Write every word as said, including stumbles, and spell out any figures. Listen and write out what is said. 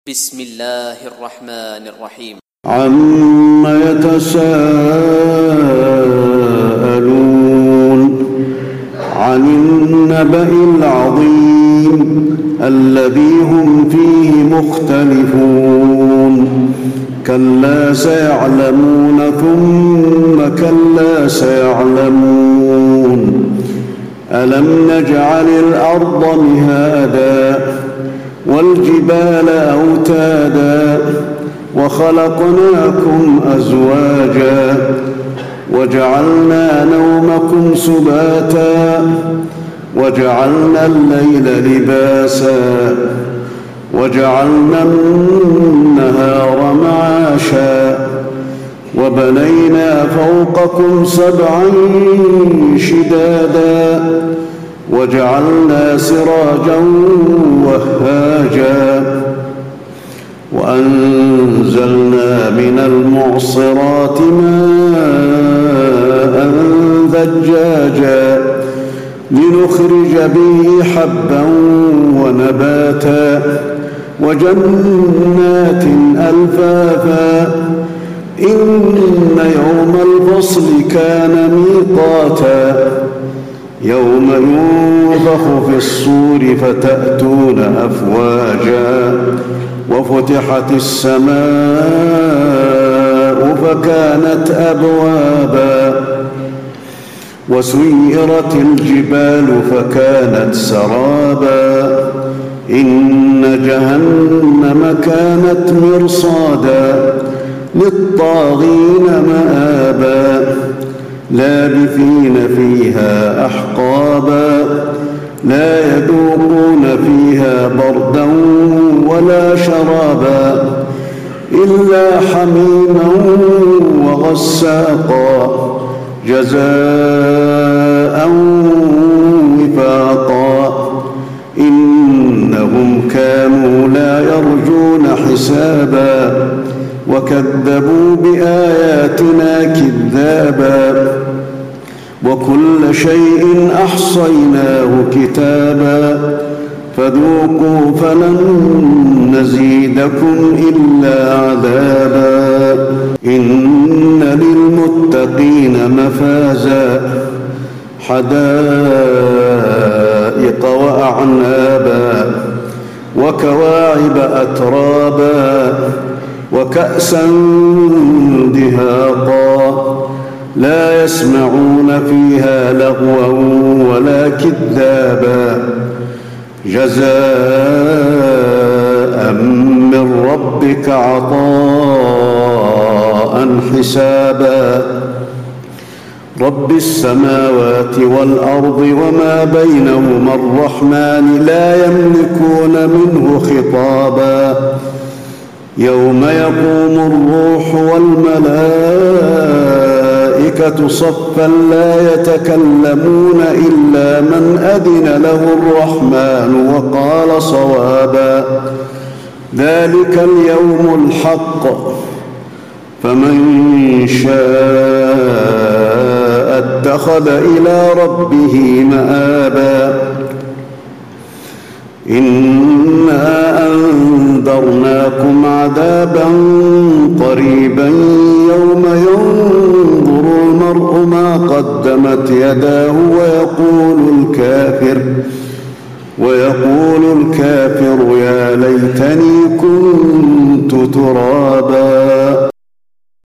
بسم الله الرحمن الرحيم. عم يتساءلون عن النبأ العظيم الذي هم فيه مختلفون كلا سيعلمون ثم كلا سيعلمون ألم نجعل الأرض مهادا والجبال أوتادا وخلقناكم أزواجا وجعلنا نومكم سباتا وجعلنا الليل لباسا وجعلنا النهار معاشا وبنينا فوقكم سبعا شدادا وجعلنا سراجا وهاجا وأنزلنا من المعصرات ماء ثجاجا لنخرج به حبا ونباتا وجنات ألفافا إن يوم الفصل كان ميقاتا يوم ينفخ في الصور فتأتون أفواجا وفتحت السماء فكانت أبوابا وسيرت الجبال فكانت سرابا إن جهنم كانت مرصادا للطاغين مآبا لابثين فيها أحقابا لا يذوقون فيها بردا ولا شرابا إلا حميما وغساقا جزاء وفاقا إنهم كانوا لا يرجون حسابا وكذبوا بآياتنا كذابا وكل شيء أحصيناه كتابا فذوقوا فلن نزيدكم إلا عذابا إن للمتقين مفازا حدائق وأعنابا وكواعب أترابا وكأسا دهاقا لا يسمعون فيها لغوا ولا كذابا جزاء من ربك عطاء حسابا رب السماوات والأرض وما بينهما الرحمن لا يملكون منه خطابا يوم يقوم الروح والملائكة صفا لا يتكلمون إلا من أذن له الرحمن وقال صوابا ذلك اليوم الحق فمن شاء اتخذ إلى ربه مآبا إنا أنذرناكم عذابا قريبا يوم ينظر المرء ما قدمت يداه ويقول الكافر ويقول الكافر يا ليتني كنت ترابا.